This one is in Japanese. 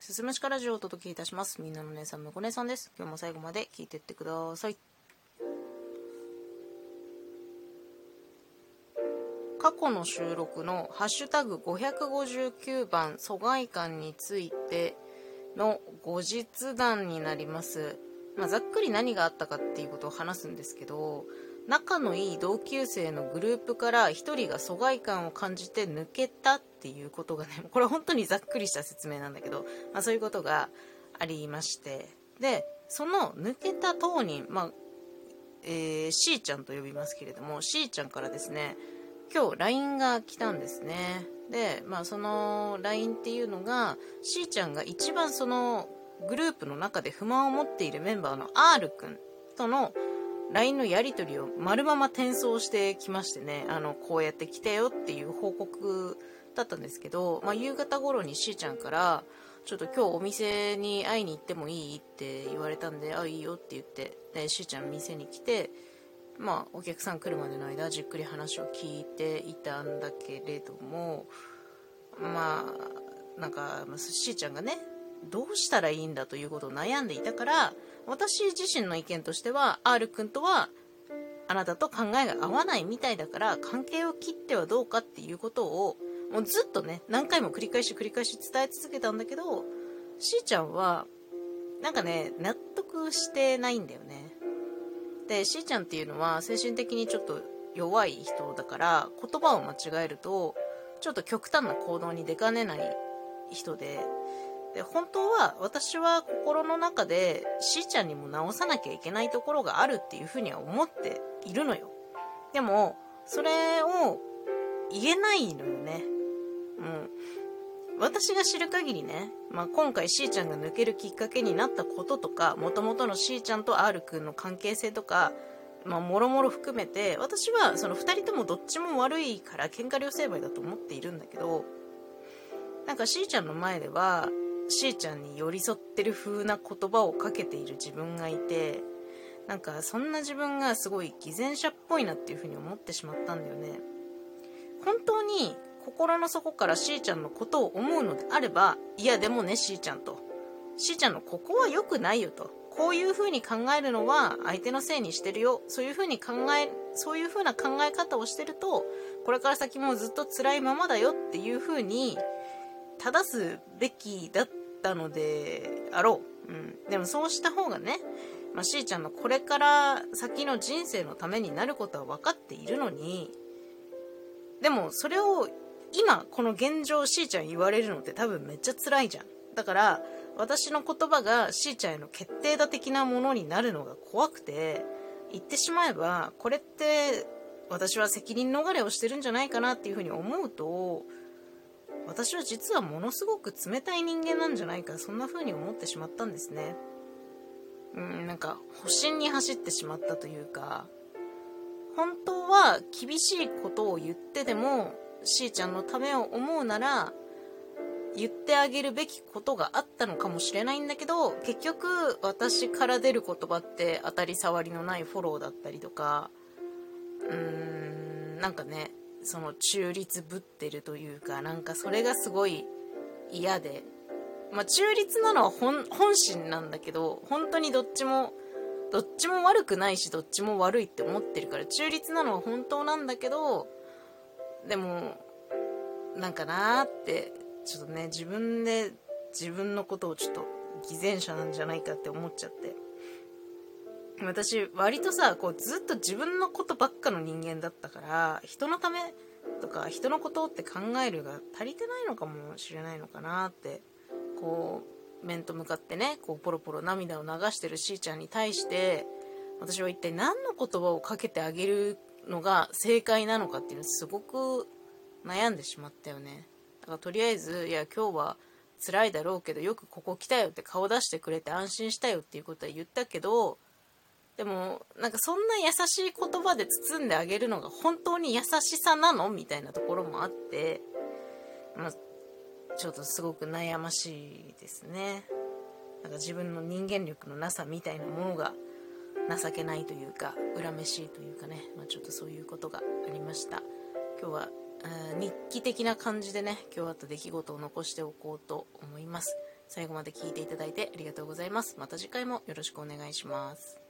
すすむしかラジオをお届けいたします。みんなの姉さん、むこ姉さんです。今日も最後まで聞いてってください。過去の収録のハッシュタグ559番疎外感についての後日談になります。ざっくり何があったかっていうことを話すんですけど、仲のいい同級生のグループから一人が疎外感を感じて抜けたっていうことがね、これ本当にざっくりした説明なんだけど、そういうことがありまして、でその抜けた当人、しーちゃんと呼びますけれども、しーちゃんからですね、今日 LINE が来たんですね。で、その LINE っていうのが、しーちゃんが一番そのグループの中で不満を持っているメンバーの R 君との LINE のやり取りを丸まま転送してきましてね、こうやって来たよっていう報告だったんですけど、夕方頃にしーちゃんから、ちょっと今日お店に会いに行ってもいいって言われたんで、いいよって言って、でしーちゃん店に来て、お客さん来るまでの間じっくり話を聞いていたんだけれども、しーちゃんがね、どうしたらいいんだということを悩んでいたから、私自身の意見としては R 君とはあなたと考えが合わないみたいだから、関係を切ってはどうかっていうことをもうずっとね、何回も繰り返し伝え続けたんだけど、しーちゃんは納得してないんだよね。で、しーちゃんっていうのは精神的にちょっと弱い人だから、言葉を間違えるとちょっと極端な行動に出かねない人で、本当は私は心の中でしーちゃんにも直さなきゃいけないところがあるっていうふうには思っているのよ。でもそれを言えないのよね。私が知る限りね、今回しーちゃんが抜けるきっかけになったこととか、元々のしーちゃんと R 君の関係性とか、もろもろ含めて、私はその2人ともどっちも悪いから喧嘩両成敗だと思っているんだけど、しーちゃんの前ではしーちゃんに寄り添ってる風な言葉をかけている自分がいて、そんな自分がすごい偽善者っぽいなっていう風に思ってしまったんだよね。本当に心の底からしーちゃんのことを思うのであれば、いやでもねしーちゃんと、しーちゃんのここは良くないよと、こういう風に考えるのは相手のせいにしてるよ、そういう風な考え方をしてると、これから先もずっと辛いままだよっていう風に正すべきだったのであろう。でもそうした方がね、しーちゃんのこれから先の人生のためになることは分かっているのに、でもそれを今この現状しーちゃん言われるのって多分めっちゃ辛いじゃん。だから私の言葉がしーちゃんへの決定打的なものになるのが怖くて、言ってしまえばこれって私は責任逃れをしてるんじゃないかなっていうふうに思うと、私は実はものすごく冷たい人間なんじゃないか、そんな風に思ってしまったんですね。保身に走ってしまったというか、本当は厳しいことを言ってでもしーちゃんのためを思うなら言ってあげるべきことがあったのかもしれないんだけど、結局私から出る言葉って当たり障りのないフォローだったりとか、その中立ぶってるというか、それがすごい嫌で、中立なのは本心なんだけど、本当にどっちも悪くないしどっちも悪いって思ってるから、中立なのは本当なんだけど、でもなーってちょっとね、自分で自分のことをちょっと偽善者なんじゃないかって思っちゃって、私割とさ、ずっと自分のことばっかの人間だったから、人のためとか人のことって考えるが足りてないのかもしれないのかなって、面と向かってね、ポロポロ涙を流してるしーちゃんに対して、私は一体何の言葉をかけてあげるのが正解なのかっていうのをすごく悩んでしまったよね。だからとりあえず、いや今日は辛いだろうけどよくここ来たよって顔出してくれて安心したよっていうことは言ったけど、でもそんな優しい言葉で包んであげるのが本当に優しさなのみたいなところもあって、ちょっとすごく悩ましいですね。自分の人間力のなさみたいなものが情けないというか、恨めしいというかね、ちょっとそういうことがありました。今日は日記的な感じでね、今日あった出来事を残しておこうと思います。 最後まで聞いていただいてありがとうございます。また次回もよろしくお願いします。